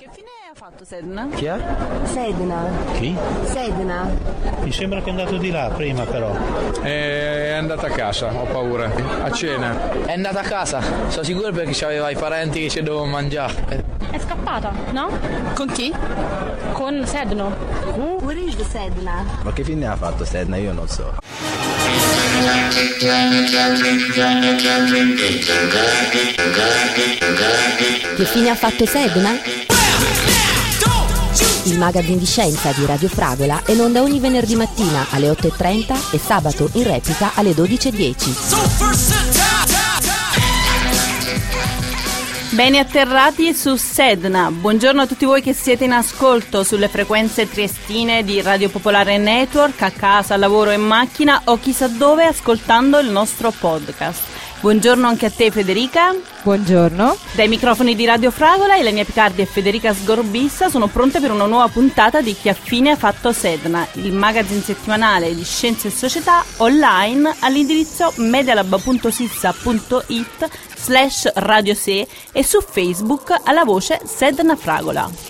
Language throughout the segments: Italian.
Che fine ha fatto Sedna? Chi è? Sedna. Chi? Sedna. Mi sembra che è andato di là prima però. È andata a casa, ho paura. A cena. È andata a casa, sono sicuro perché aveva i parenti che ci dovevano mangiare. È scappata, no? Con chi? Con Sedno. Where is the Sedna? Ma che fine ha fatto Sedna? Io non so. Che fine ha fatto Sedna? Il magazine di scienza di Radio Fragola è in onda ogni venerdì mattina alle 8:30 e sabato in replica alle 12:10. Bene atterrati su Sedna. Buongiorno a tutti voi che siete in ascolto sulle frequenze triestine di Radio Popolare Network, a casa, al lavoro, in macchina o chissà dove, ascoltando il nostro podcast. Buongiorno anche a te Federica. Buongiorno. Dai microfoni di Radio Fragola, Ilenia Picardi e Federica Sgorbissa sono pronte per una nuova puntata di Che fine ha fatto Sedna, il magazine settimanale di scienze e società online all'indirizzo medialab.sissa.it/radiose e su Facebook alla voce Sedna Fragola.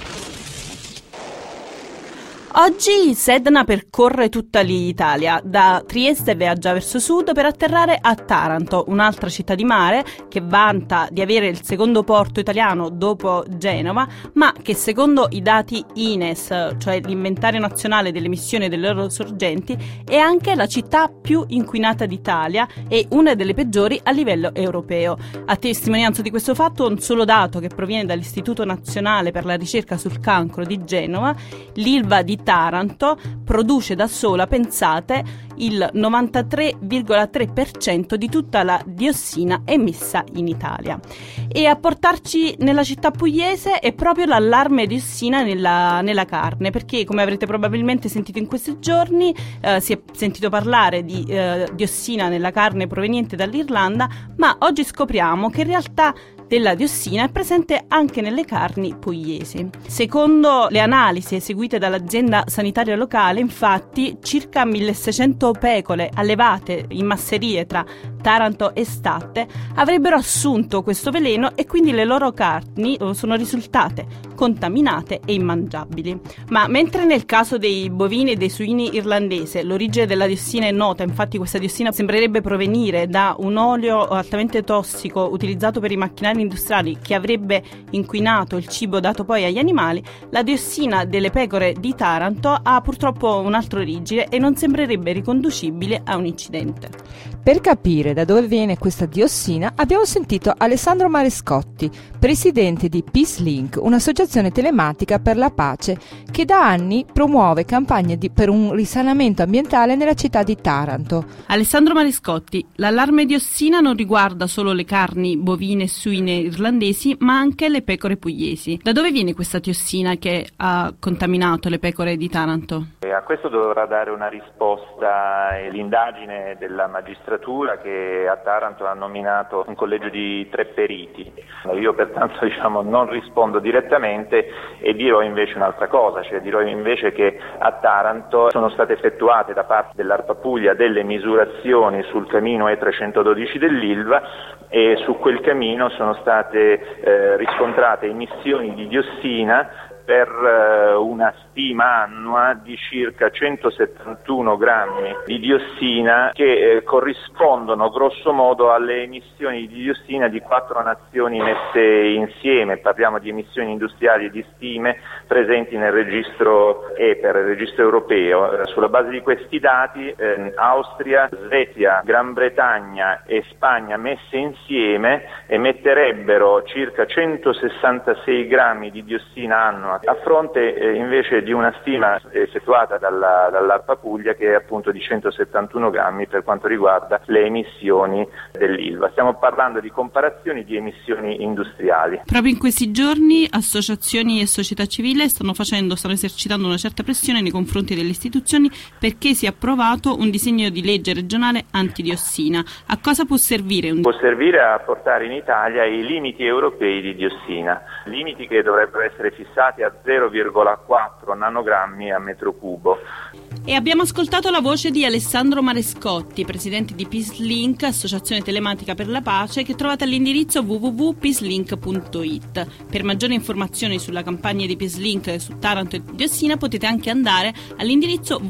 Oggi Sedna percorre tutta l'Italia, da Trieste viaggia verso sud per atterrare a Taranto, un'altra città di mare che vanta di avere il secondo porto italiano dopo Genova, ma che secondo i dati INES, cioè l'inventario nazionale delle emissioni delle loro sorgenti, è anche la città più inquinata d'Italia e una delle peggiori a livello europeo. A testimonianza di questo fatto un solo dato che proviene dall'Istituto Nazionale per la Ricerca sul Cancro di Genova: l'Ilva di Taranto produce da sola, pensate, il 93,3% di tutta la diossina emessa in Italia. E a portarci nella città pugliese è proprio l'allarme diossina nella carne, perché come avrete probabilmente sentito in questi giorni si è sentito parlare di diossina nella carne proveniente dall'Irlanda, ma oggi scopriamo che in realtà della diossina è presente anche nelle carni pugliesi. Secondo le analisi eseguite dall'azienda sanitaria locale, infatti, circa 1600 pecore allevate in masserie tra Taranto e Statte avrebbero assunto questo veleno e quindi le loro carni sono risultate contaminate e immangiabili. Ma mentre nel caso dei bovini e dei suini irlandese l'origine della diossina è nota, infatti questa diossina sembrerebbe provenire da un olio altamente tossico utilizzato per i macchinari industriali che avrebbe inquinato il cibo dato poi agli animali, la diossina delle pecore di Taranto ha purtroppo un'altra origine e non sembrerebbe riconducibile a un incidente. Per capire da dove viene questa diossina abbiamo sentito Alessandro Marescotti, presidente di Peace Link, un'associazione telematica per la pace che da anni promuove campagne per un risanamento ambientale nella città di Taranto. Alessandro Marescotti, l'allarme diossina non riguarda solo le carni bovine e suine irlandesi, ma anche le pecore pugliesi. Da dove viene questa diossina che ha contaminato le pecore di Taranto? A questo dovrà dare una risposta l'indagine della magistratura che a Taranto ha nominato un collegio di 3 periti. Io pertanto non rispondo direttamente e dirò invece un'altra cosa, cioè dirò invece che a Taranto sono state effettuate da parte dell'ARPA Puglia delle misurazioni sul camino E312 dell'Ilva e su quel camino sono state riscontrate emissioni di diossina per una stima annua di circa 171 grammi di diossina che corrispondono grosso modo alle emissioni di diossina di 4 nazioni messe insieme. Parliamo di emissioni industriali e di stime presenti nel registro EPER, il registro europeo. Sulla base di questi dati Austria, Svezia, Gran Bretagna e Spagna messe insieme emetterebbero circa 166 grammi di diossina annua, a fronte invece di una stima effettuata dall'ARPA Puglia che è appunto di 171 grammi per quanto riguarda le emissioni dell'Ilva. Stiamo parlando di comparazioni di emissioni industriali. Proprio in questi giorni associazioni e società civile stanno esercitando una certa pressione nei confronti delle istituzioni perché sia approvato un disegno di legge regionale antidiossina. A cosa può servire? Può servire a portare in Italia i limiti europei di diossina, limiti che dovrebbero essere fissati a 0,4 nanogrammi a metro cubo. E abbiamo ascoltato la voce di Alessandro Marescotti, presidente di PeaceLink, associazione telematica per la pace, che trovate all'indirizzo www.peacelink.it. Per maggiori informazioni sulla campagna di PeaceLink su Taranto e diossina potete anche andare all'indirizzo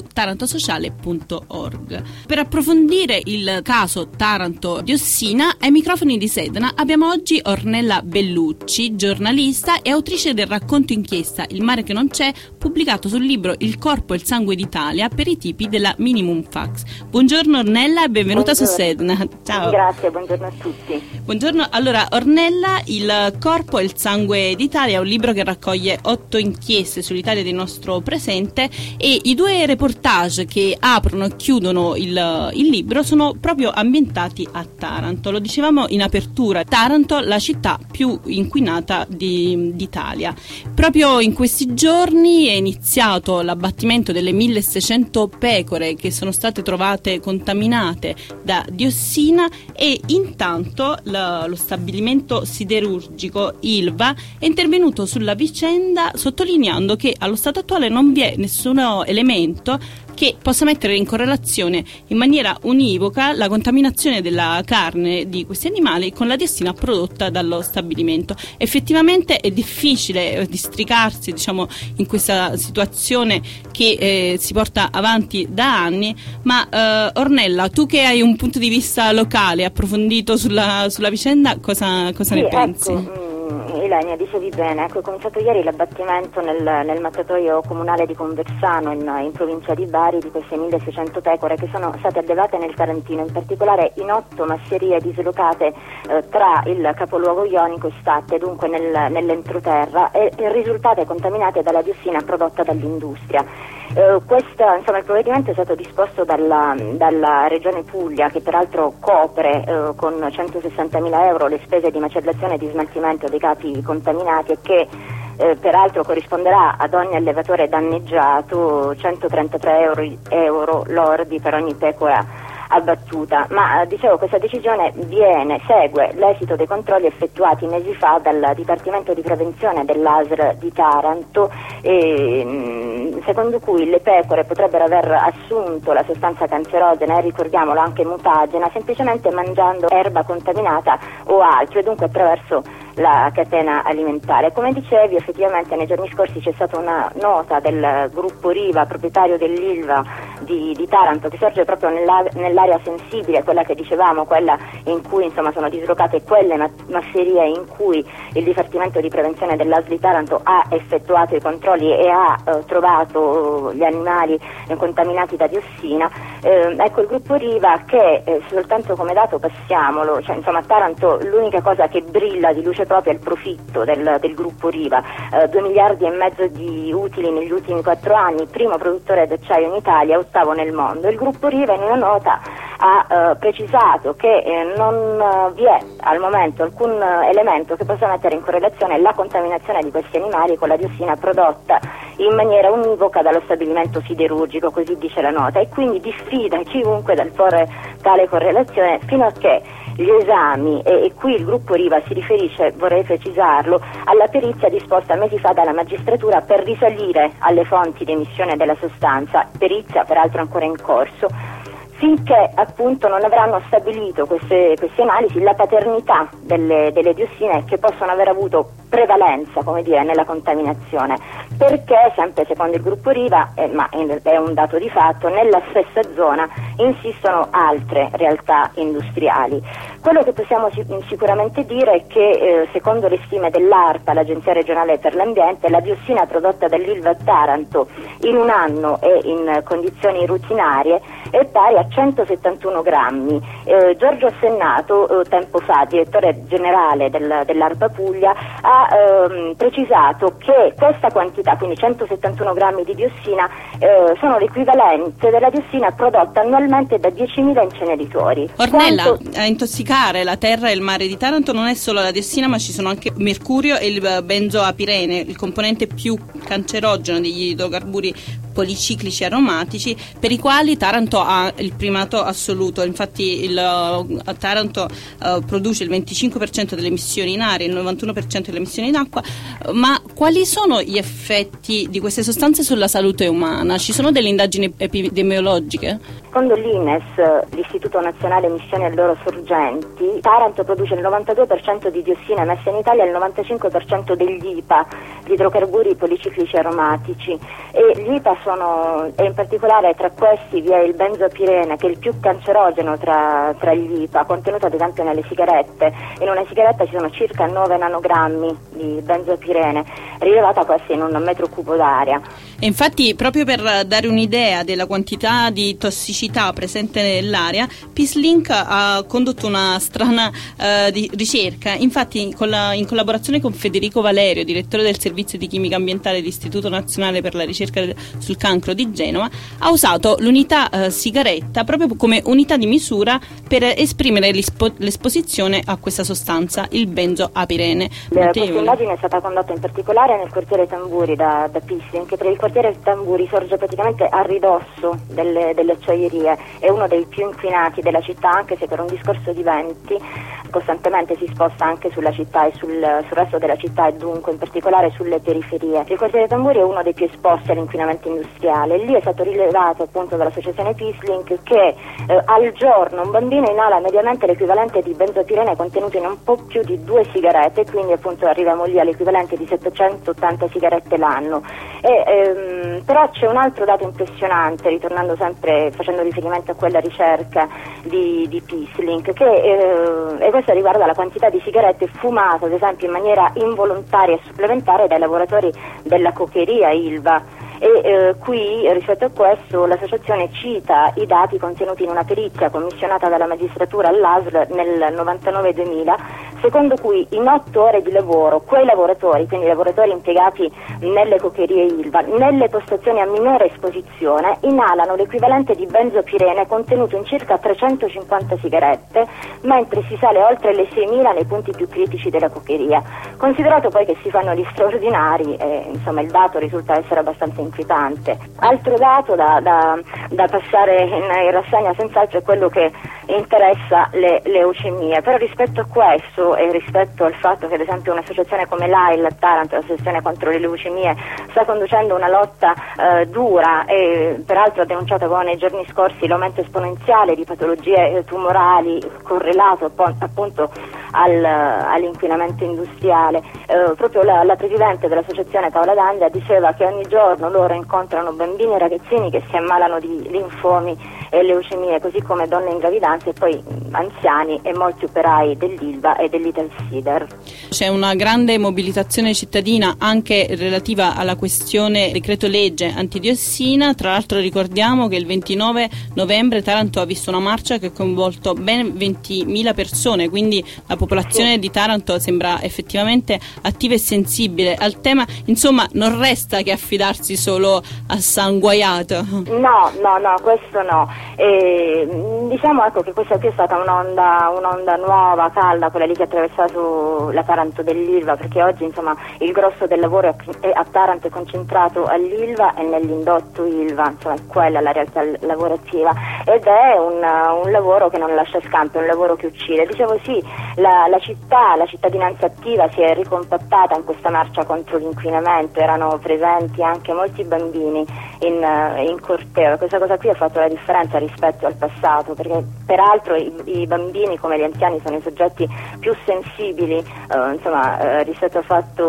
www.tarantosociale.org. Per approfondire il caso Taranto-diossina, ai microfoni di Sedna abbiamo oggi Ornella Bellucci, giornalista e autrice del racconto inchiesta Il mare che non c'è, pubblicato sul libro Il corpo e il sangue d'Italia per i tipi della Minimum Fax. Buongiorno Ornella e benvenuta su Sedna. Ciao. Grazie, buongiorno a tutti. Buongiorno. Allora, Ornella, Il corpo e il sangue d'Italia è un libro che raccoglie 8 inchieste sull'Italia del nostro presente, e i 2 reportage che aprono e chiudono il libro sono proprio ambientati a Taranto. Lo dicevamo in apertura, Taranto, la città più inquinata d'Italia. Proprio in questi giorni è iniziato l'abbattimento delle 1600 pecore che sono state trovate contaminate da diossina, e intanto lo stabilimento siderurgico Ilva è intervenuto sulla vicenda, sottolineando che allo stato attuale non vi è nessun elemento che possa mettere in correlazione in maniera univoca la contaminazione della carne di questi animali con la diossina prodotta dallo stabilimento. Effettivamente è difficile districarsi, in questa situazione che si porta avanti da anni, ma Ornella, tu che hai un punto di vista locale approfondito sulla vicenda, cosa ne pensi? Ecco. Ilenia, dicevi bene, è cominciato ieri l'abbattimento nel mattatoio comunale di Conversano in provincia di Bari di queste 1600 pecore che sono state allevate nel Tarantino, in particolare in 8 masserie dislocate tra il capoluogo ionico e Statte, dunque nell'entroterra, e risultate contaminate dalla diossina prodotta dall'industria. Il provvedimento è stato disposto dalla Regione Puglia, che peraltro copre con 160.000 euro le spese di macellazione e di smaltimento dei capi contaminati, e che peraltro corrisponderà ad ogni allevatore danneggiato 133 euro lordi per ogni pecora abbattuta. Ma dicevo, questa decisione segue l'esito dei controlli effettuati mesi fa dal Dipartimento di Prevenzione dell'ASR di Taranto, secondo cui le pecore potrebbero aver assunto la sostanza cancerogena e, ricordiamolo, anche mutagena, semplicemente mangiando erba contaminata o altro, e dunque attraverso la catena alimentare. Come dicevi, effettivamente nei giorni scorsi c'è stata una nota del gruppo Riva, proprietario dell'Ilva di Taranto, che sorge proprio nell'area sensibile, quella che dicevamo, quella in cui sono dislocate quelle masserie in cui il Dipartimento di Prevenzione dell'ASL di Taranto ha effettuato i controlli e ha trovato gli animali contaminati da diossina. Ecco, il gruppo Riva, che soltanto come dato passiamolo, a Taranto l'unica cosa che brilla di luce propria è il profitto del gruppo Riva, 2 miliardi e mezzo di utili negli ultimi 4 anni, primo produttore d'acciaio in Italia, 8º nel mondo. Il gruppo Riva in una nota ha precisato che non vi è al momento alcun elemento che possa mettere in correlazione la contaminazione di questi animali con la diossina prodotta in maniera univoca dallo stabilimento siderurgico, così dice la nota, e quindi diffida chiunque dal porre tale correlazione fino a che gli esami, e qui il gruppo Riva si riferisce, vorrei precisarlo, alla perizia disposta mesi fa dalla magistratura per risalire alle fonti di emissione della sostanza, perizia peraltro ancora in corso, finché appunto non avranno stabilito queste analisi la paternità delle diossine che possono aver avuto prevalenza, nella contaminazione, perché sempre secondo il gruppo Riva, ma è un dato di fatto, nella stessa zona insistono altre realtà industriali. Quello che possiamo sicuramente dire è che secondo le stime dell'ARPA, l'Agenzia regionale per l'ambiente, la diossina prodotta dall'Ilva a Taranto in un anno e in condizioni rutinarie è pari a 171 grammi. Giorgio Assennato, tempo fa, direttore generale dell'ARPA Puglia, ha precisato che questa quantità, quindi 171 grammi di diossina, sono l'equivalente della diossina prodotta annualmente da 10.000 inceneritori. Ornella, a intossicare la terra e il mare di Taranto non è solo la diossina, ma ci sono anche mercurio e il benzoapirene, il componente più cancerogeno degli idrocarburi policiclici aromatici, per i quali Taranto ha il primato assoluto. Infatti Taranto produce il 25% delle emissioni in aria, il 91% delle emissioni in acqua. Ma quali sono gli effetti di queste sostanze sulla salute umana? Ci sono delle indagini epidemiologiche? Secondo l'INES, l'Istituto Nazionale Emissioni e Loro Sorgenti, Taranto produce il 92% di diossina emessa in Italia e il 95% degli IPA, gli idrocarburi policiclici aromatici, e gli IPA e in particolare tra questi vi è il benzopirene, che è il più cancerogeno tra gli IPA, contenuto ad esempio nelle sigarette. In una sigaretta ci sono circa 9 nanogrammi di benzopirene, rilevata quasi in 1 metro cubo d'aria. E infatti, proprio per dare un'idea della quantità di tossicità presente nell'aria, PeaceLink ha condotto una strana di ricerca. Infatti, in collaborazione con Federico Valerio, direttore del servizio di chimica ambientale dell'Istituto Nazionale per la Ricerca sul Cancro di Genova, ha usato l'unità sigaretta proprio come unità di misura per esprimere l'esposizione a questa sostanza, il benzoapirene. Questa indagine è stata condotta in particolare nel quartiere Tamburi da PeaceLink. Per il quartiere Tamburi sorge praticamente a ridosso delle acciaierie, è uno dei più inquinati della città, anche se per un discorso di venti costantemente si sposta anche sulla città e sul resto della città, e dunque in particolare sulle periferie. Il quartiere Tamburi è uno dei più esposti all'inquinamento industriale. Lì è stato rilevato appunto dall'associazione PeaceLink che al giorno un bambino inala mediamente l'equivalente di benzopirene contenuto in un po' più di 2 sigarette, quindi appunto arriviamo lì all'equivalente di 780 sigarette l'anno. Però c'è un altro dato impressionante, ritornando sempre, facendo riferimento a quella ricerca di PeaceLink, e questo riguarda la quantità di sigarette fumate, ad esempio in maniera involontaria e supplementare, dai lavoratori della cokeria Ilva. Qui rispetto a questo l'associazione cita i dati contenuti in una perizia commissionata dalla magistratura all'ASL nel 99-2000, secondo cui in 8 ore di lavoro quei lavoratori, quindi i lavoratori impiegati nelle cokerie Ilva, nelle postazioni a minore esposizione, inalano l'equivalente di benzopirene contenuto in circa 350 sigarette, mentre si sale oltre le 6.000 nei punti più critici della cokeria. Considerato poi che si fanno gli straordinari, insomma il dato risulta essere abbastanza inquietante. Altro dato da passare in rassegna senz'altro è quello che interessa le leucemie, però rispetto a questo e rispetto al fatto che ad esempio un'associazione come l'AIL a Taranto, l'associazione contro le leucemie, sta conducendo una lotta dura e peraltro ha denunciato nei giorni scorsi l'aumento esponenziale di patologie tumorali correlato appunto all'inquinamento industriale. Proprio la presidente dell'associazione Paola Dandia diceva che ogni giorno loro incontrano bambini e ragazzini che si ammalano di linfomi e leucemie, così come donne in gravidanza e poi anziani e molti operai dell'Ilva e dell'Italsider. C'è una grande mobilitazione cittadina anche relativa alla questione decreto legge antidiossina. Tra l'altro ricordiamo che il 29 novembre Taranto ha visto una marcia che ha coinvolto ben 20.000 persone, quindi la popolazione di Taranto sembra effettivamente attiva e sensibile al tema. Insomma, non resta che affidarsi solo a San Guaiato. No, questo no. Diciamo che questa qui è stata un'onda nuova, calda, quella lì che ha attraversato la Taranto dell'Ilva, perché oggi insomma il grosso del lavoro a Taranto è concentrato all'Ilva e nell'indotto Ilva, insomma è quella la realtà lavorativa, ed è un lavoro che non lascia scampo, è un lavoro che uccide. Dicevo sì, la cittadinanza attiva si è ricompattata in questa marcia contro l'inquinamento, erano presenti anche molti bambini in corteo. Questa cosa qui ha fatto la differenza rispetto al passato, perché peraltro i bambini come gli anziani sono i soggetti più sensibili rispetto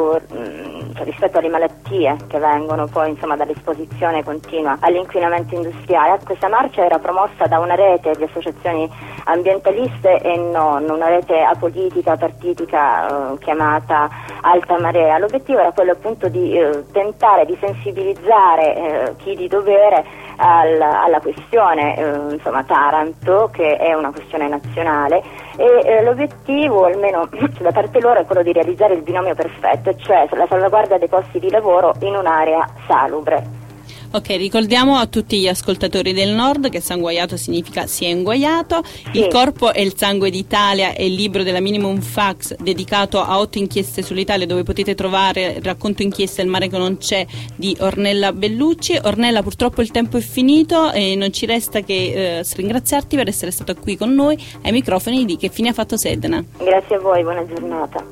alle malattie che vengono poi dall'esposizione continua all'inquinamento industriale. Questa marcia era promossa da una rete di associazioni ambientaliste e non una rete apolitica, partitica, chiamata Alta Marea. L'obiettivo era quello appunto di tentare di sensibilizzare chi di dovere alla questione Taranto, che è una questione nazionale, e l'obiettivo, almeno da parte loro, è quello di realizzare il binomio perfetto, cioè la salvaguardia dei posti di lavoro in un'area salubre. Ok, ricordiamo a tutti gli ascoltatori del Nord che sanguaiato significa si è inguaiato. Il corpo e il sangue d'Italia è il libro della Minimum Fax dedicato a 8 inchieste sull'Italia, dove potete trovare il racconto inchieste Il mare che non c'è di Ornella Bellucci. Ornella, purtroppo il tempo è finito e non ci resta che ringraziarti per essere stato qui con noi ai microfoni di Che fine ha fatto Sedna. Grazie a voi, buona giornata.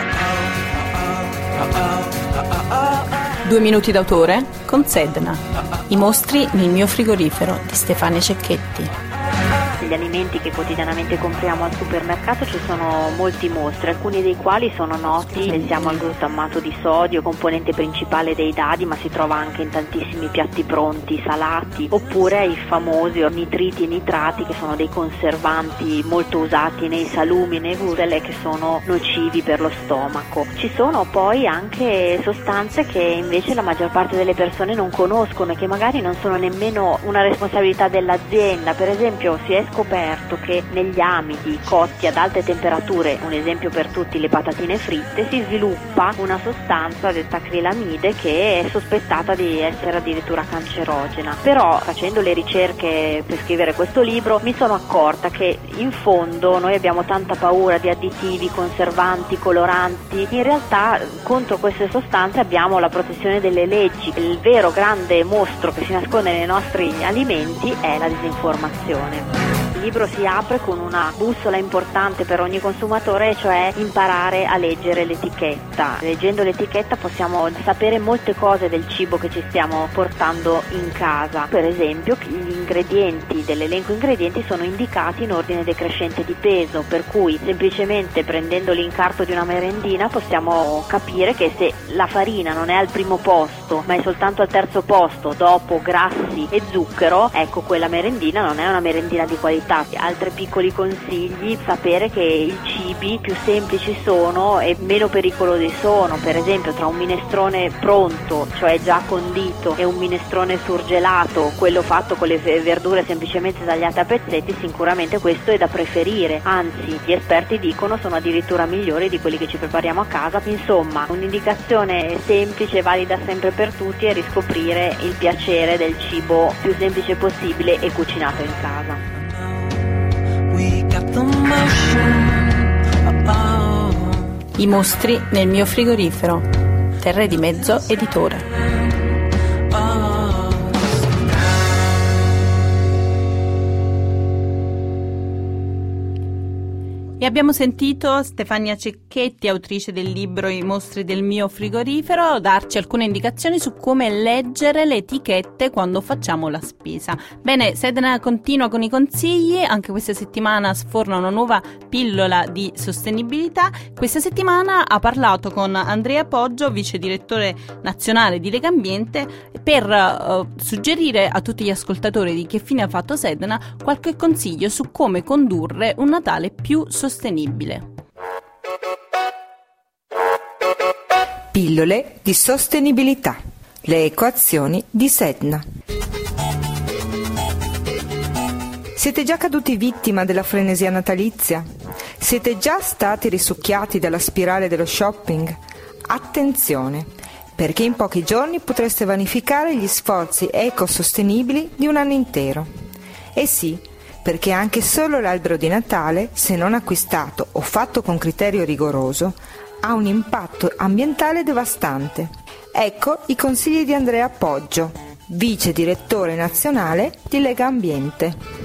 2 minuti d'autore con Sedna. I mostri nel mio frigorifero di Stefania Cecchetti. Gli alimenti che quotidianamente compriamo al supermercato ci sono molti mostri, alcuni dei quali sono noti. Pensiamo al glutammato di sodio, componente principale dei dadi, ma si trova anche in tantissimi piatti pronti, salati, oppure ai famosi nitriti e nitrati, che sono dei conservanti molto usati nei salumi e nei vusele, che sono nocivi per lo stomaco. Ci sono poi anche sostanze che invece la maggior parte delle persone non conoscono e che magari non sono nemmeno una responsabilità dell'azienda. Per esempio, si è scoperto che negli amidi cotti ad alte temperature, un esempio per tutti le patatine fritte, si sviluppa una sostanza detta acrilamide che è sospettata di essere addirittura cancerogena. Però facendo le ricerche per scrivere questo libro mi sono accorta che in fondo noi abbiamo tanta paura di additivi, conservanti, coloranti. In realtà contro queste sostanze abbiamo la protezione delle leggi. Il vero grande mostro che si nasconde nei nostri alimenti è la disinformazione. Il libro si apre con una bussola importante per ogni consumatore, cioè imparare a leggere l'etichetta. Leggendo l'etichetta possiamo sapere molte cose del cibo che ci stiamo portando in casa. Per esempio, gli ingredienti dell'elenco ingredienti sono indicati in ordine decrescente di peso, per cui semplicemente prendendo l'incarto di una merendina possiamo capire che se la farina non è al primo posto, ma è soltanto al terzo posto dopo grassi e zucchero, ecco, quella merendina non è una merendina di qualità. Altri piccoli consigli: sapere che i cibi più semplici sono e meno pericolosi sono. Per esempio, tra un minestrone pronto, cioè già condito, e un minestrone surgelato, quello fatto con le verdure semplicemente tagliate a pezzetti, sicuramente questo è da preferire, anzi gli esperti dicono sono addirittura migliori di quelli che ci prepariamo a casa. Insomma, un'indicazione semplice e valida sempre per tutti è riscoprire il piacere del cibo più semplice possibile e cucinato in casa. I mostri nel mio frigorifero. Terre di Mezzo editore. E abbiamo sentito Stefania Cecchetti, autrice del libro I mostri del mio frigorifero, darci alcune indicazioni su come leggere le etichette quando facciamo la spesa. Bene, Sedna continua con i consigli, anche questa settimana sforna una nuova pillola di sostenibilità. Questa settimana ha parlato con Andrea Poggio, vice direttore nazionale di Legambiente, per suggerire a tutti gli ascoltatori di Che fine ha fatto Sedna qualche consiglio su come condurre un Natale più sostenibile. Pillole di sostenibilità. Le equazioni di Sedna. Siete già caduti vittima della frenesia natalizia? Siete già stati risucchiati dalla spirale dello shopping? Attenzione, perché in pochi giorni potreste vanificare gli sforzi ecosostenibili di un anno intero. E sì, perché anche solo l'albero di Natale, se non acquistato o fatto con criterio rigoroso, ha un impatto ambientale devastante. Ecco i consigli di Andrea Poggio, vice direttore nazionale di Legambiente.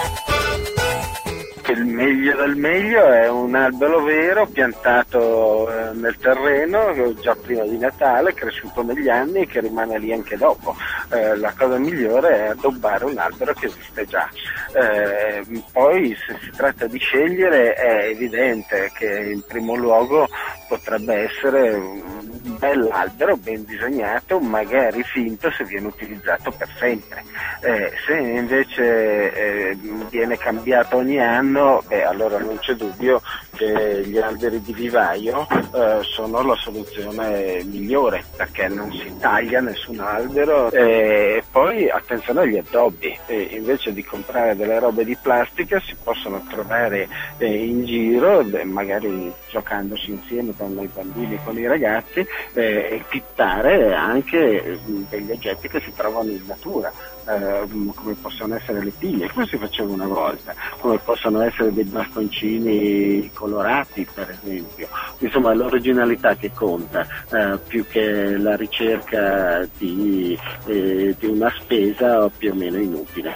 Il meglio del meglio è un albero vero piantato nel terreno già prima di Natale, cresciuto negli anni e che rimane lì anche dopo. La cosa migliore è addobbare un albero che esiste già. Poi se si tratta di scegliere è evidente che in primo luogo potrebbe essere un bell'albero ben disegnato, magari finto se viene utilizzato per sempre. Se invece viene cambiato ogni anno, allora non c'è dubbio che gli alberi di vivaio sono la soluzione migliore, perché non si taglia nessun albero. E poi attenzione agli addobbi, invece di comprare delle robe di plastica si possono trovare in giro, magari giocandosi insieme con i bambini, con i ragazzi, e pittare anche degli oggetti che si trovano in natura, come possono essere le piglie, come si faceva una volta, come possono essere dei bastoncini colorati, per esempio. Insomma, è l'originalità che conta, più che la ricerca di una spesa più o meno inutile.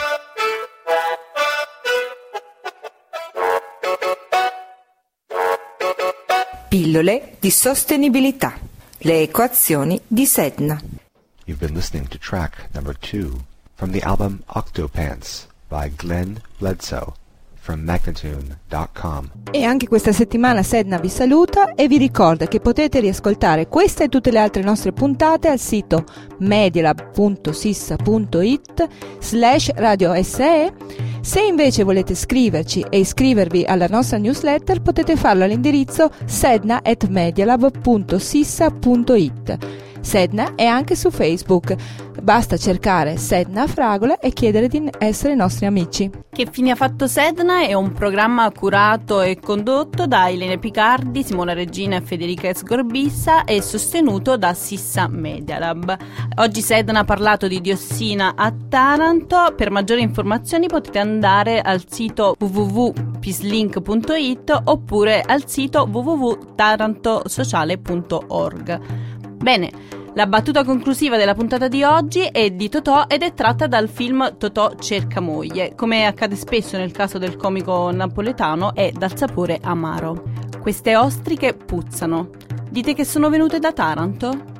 Pillole di sostenibilità. Le equazioni di Sedna. You've been listening to track number 2 from the album Octopants by Glenn Bledsoe from Magnatune.com. E anche questa settimana Sedna vi saluta e vi ricorda che potete riascoltare questa e tutte le altre nostre puntate al sito medialab.sissa.it/radio-se. Se invece volete scriverci e iscrivervi alla nostra newsletter, potete farlo all'indirizzo sedna@medialab.sissa.it. Sedna è anche su Facebook, basta cercare Sedna Fragola e chiedere di essere nostri amici. Che fine ha fatto Sedna è un programma curato e condotto da Elena Picardi, Simona Regina e Federica Sgorbissa e sostenuto da Sissa Media Lab. Oggi Sedna ha parlato di diossina a Taranto. Per maggiori informazioni potete andare al sito www.peacelink.it oppure al sito www.tarantosociale.org. Bene, la battuta conclusiva della puntata di oggi è di Totò ed è tratta dal film Totò cerca moglie. Come accade spesso nel caso del comico napoletano, è dal sapore amaro. Queste ostriche puzzano. Dite che sono venute da Taranto?